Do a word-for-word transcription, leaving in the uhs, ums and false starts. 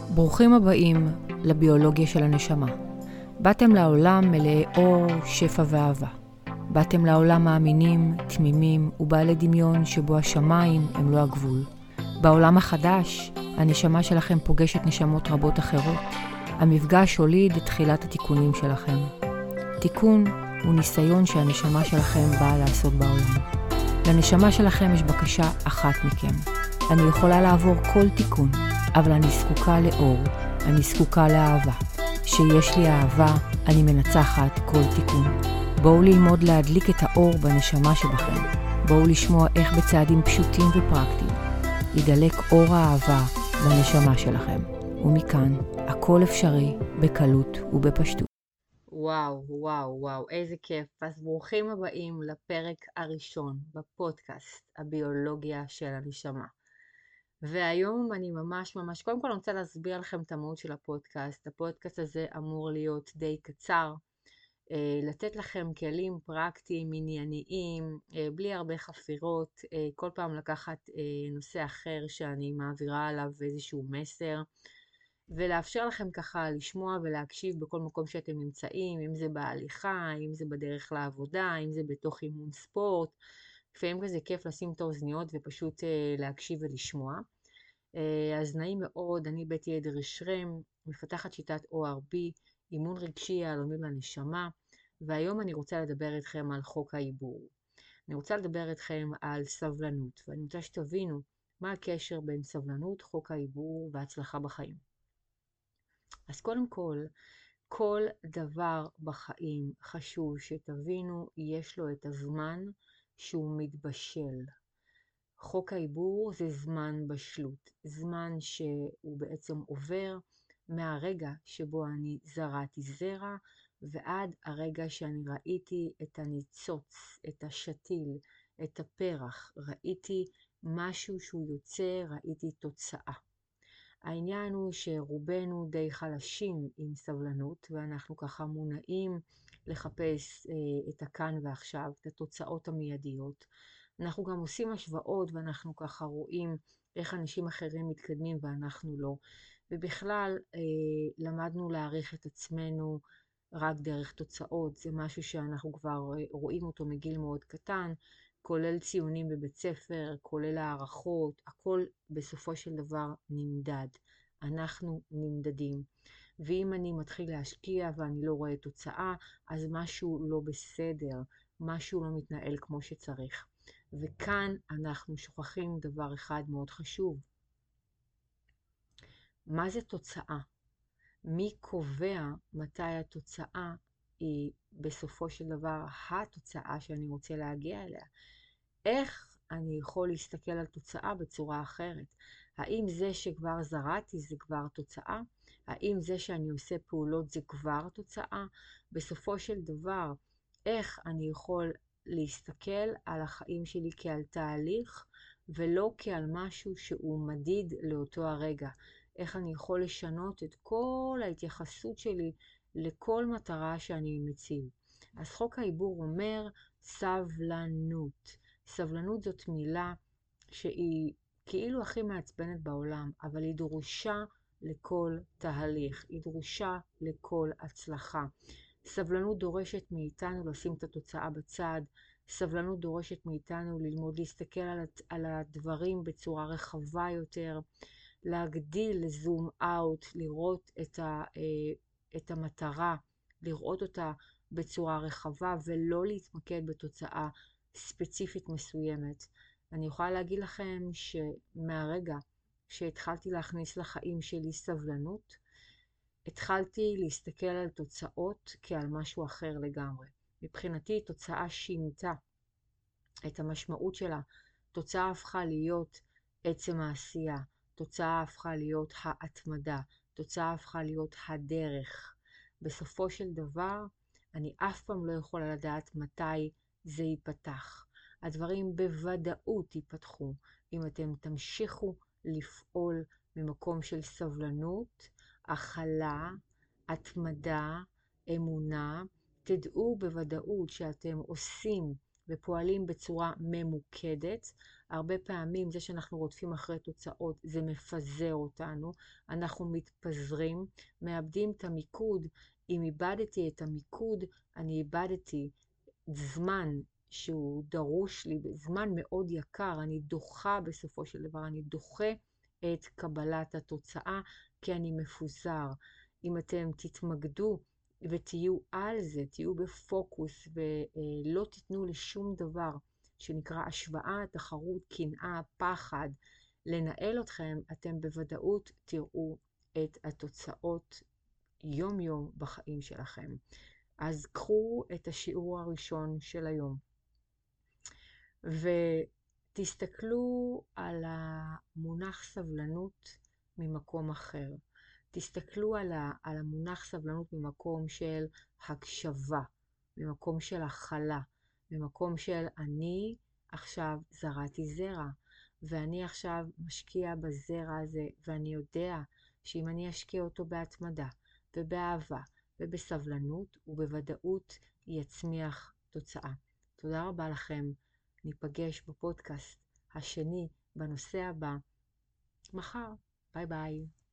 ברוכים הבאים לביולוגיה של הנשמה. באתם לעולם מלאי אור, שפע ואהבה. באתם לעולם מאמינים, תמימים ובעלי דמיון שבו השמיים הם לא הגבול. בעולם החדש, הנשמה שלכם פוגשת נשמות רבות אחרות. המפגש הוליד את תחילת התיקונים שלכם. תיקון הוא ניסיון שהנשמה שלכם באה לעשות בעולם. לנשמה שלכם יש בקשה אחת מכם. אני יכולה לעבור כל תיקון, אבל אני זקוקה לאור, אני זקוקה לאהבה. שיש לי אהבה, אני מנצחת כל תיקון. בואו ללמוד להדליק את האור בנשמה שבכם. בואו לשמוע איך בצעדים פשוטים ופרקטיים ידלק אור האהבה בנשמה שלכם. ומכאן, הכל אפשרי, בקלות ובפשטות. וואו, וואו, וואו, איזה כיף. אז ברוכים הבאים לפרק הראשון בפודקאסט הביולוגיה של הנשמה. והיום אני ממש ממש, קודם כל אני רוצה להסביר לכם את המהות של הפודקאסט. הפודקאסט הזה אמור להיות די קצר, לתת לכם כלים פרקטיים, ענייניים, בלי הרבה חפירות, כל פעם לקחת נושא אחר שאני מעבירה עליו איזשהו מסר, ולאפשר לכם ככה לשמוע ולהקשיב בכל מקום שאתם נמצאים, אם זה בהליכה, אם זה בדרך לעבודה, אם זה בתוך אימון ספורט. לפעמים כזה כיף לשים את האוזניות ופשוט להקשיב ולשמוע. אז נעים מאוד, אני בטי עדר שרם, מפתחת שיטת או אר בי, אימון רגשי יהלומים לנשמה, והיום אני רוצה לדבר איתכם על חוק העיבור. אני רוצה לדבר איתכם על סבלנות, ואני רוצה שתבינו מה הקשר בין סבלנות, חוק העיבור והצלחה בחיים. אז קודם כל, כל דבר בחיים חשוב שתבינו, יש לו את הזמן שהוא מתבשל. חוק העיבור זה זמן בשלות, זמן שהוא בעצם עובר מהרגע שבו אני זרעתי זרע, ועד הרגע שאני ראיתי את הניצוץ, את השתיל, את הפרח, ראיתי משהו שהוא יוצא, ראיתי תוצאה. העניין הוא שרובנו די חלשים עם סבלנות, ואנחנו ככה מונעים לחפש אה, את הכאן ועכשיו, את התוצאות המיידיות. אנחנו גם עושים השוואות, ואנחנו ככה רואים איך אנשים אחרים מתקדמים ואנחנו לא. ובכלל אה, למדנו להעריך את עצמנו רק דרך תוצאות. זה משהו שאנחנו כבר רואים אותו מגיל מאוד קטן, כולל ציונים בבית ספר, כולל הערכות, הכל בסופו של דבר נמדד. אנחנו נמדדים. ואם אני מתחיל להשקיע ואני לא רואה תוצאה, אז משהו לא בסדר, משהו לא מתנהל כמו שצריך. וכאן אנחנו שוכחים דבר אחד מאוד חשוב. מה זה תוצאה? מי קובע מתי התוצאה היא בסופו של דבר התוצאה שאני רוצה להגיע אליה? איך אני יכול להסתכל על תוצאה בצורה אחרת? האם זה שכבר זרעתי זה כבר תוצאה? האם זה שאני עושה פעולות זה כבר תוצאה? בסופו של דבר, איך אני יכול להסתכל על החיים שלי כעל תהליך, ולא כעל משהו שהוא מדיד לאותו הרגע? איך אני יכול לשנות את כל ההתייחסות שלי לכל מטרה שאני מציב? אז חוק העיבור אומר סבלנות. סבלנות זאת מילה שהיא כאילו הכי מעצבנת בעולם, אבל היא דרושה לכל תהליך, היא דרושה לכל הצלחה. סבלנות דורשת מאיתנו לשים את התוצאה בצד, סבלנות דורשת מאיתנו ללמוד להסתכל על הדברים בצורה רחבה יותר, להגדיל, זום אאוט, לראות את, ה, את המטרה, לראות אותה בצורה רחבה ולא להתמקד בתוצאה ספציפית מסוימת. אני יכולה להגיד לכם שמהרגע שהתחלתי להכניס לחיים שלי סבלנות, התחלתי להסתכל על תוצאות כעל משהו אחר לגמרי. מבחינתי תוצאה שינתה את המשמעות שלה. תוצאה הפכה להיות עצם העשייה. תוצאה הפכה להיות ההתמדה. תוצאה הפכה להיות הדרך. בסופו של דבר, אני אף פעם לא יכולה לדעת מתי זה ייפתח. הדברים בוודאות ייפתחו אם אתם תמשיכו לפעול ממקום של סבלנות, הכלה, התמדה, אמונה. תדעו בוודאות שאתם עושים ופועלים בצורה ממוקדת, הרבה פעמים זה שאנחנו רודפים אחרי תוצאות, זה מפזר אותנו, אנחנו מתפזרים, מאבדים את המיקוד. אם איבדתי את המיקוד, אני איבדתי זמן שהוא דרוש לי, זמן מאוד יקר, אני דוחה בסופו של דבר, אני דוחה את קבלת התוצאה, כי אני מפוזר. אם אתם תתמקדו ותהיו על זה, תהיו בפוקוס ולא תיתנו לשום דבר שנקרא השוואה, תחרות, קנאה, פחד, לנהל אתכם, אתם בוודאות תראו את התוצאות יום יום בחיים שלכם. אז קחו את השיעור הראשון של היום ותסתכלו על המונח סבלנות ממקום אחר. תסתכלו על, ה, על המונח סבלנות ממקום של הקשבה, ממקום של הכלה, ממקום של אני עכשיו זרעתי זרע, ואני עכשיו משקיע בזרע הזה, ואני יודע שאם אני אשקיע אותו בהתמדה ובאהבה ובסבלנות, ובוודאות יצמיח תוצאה. תודה רבה לכם. ניפגש בפודקאסט השני בנושא הבא מחר. ביי ביי.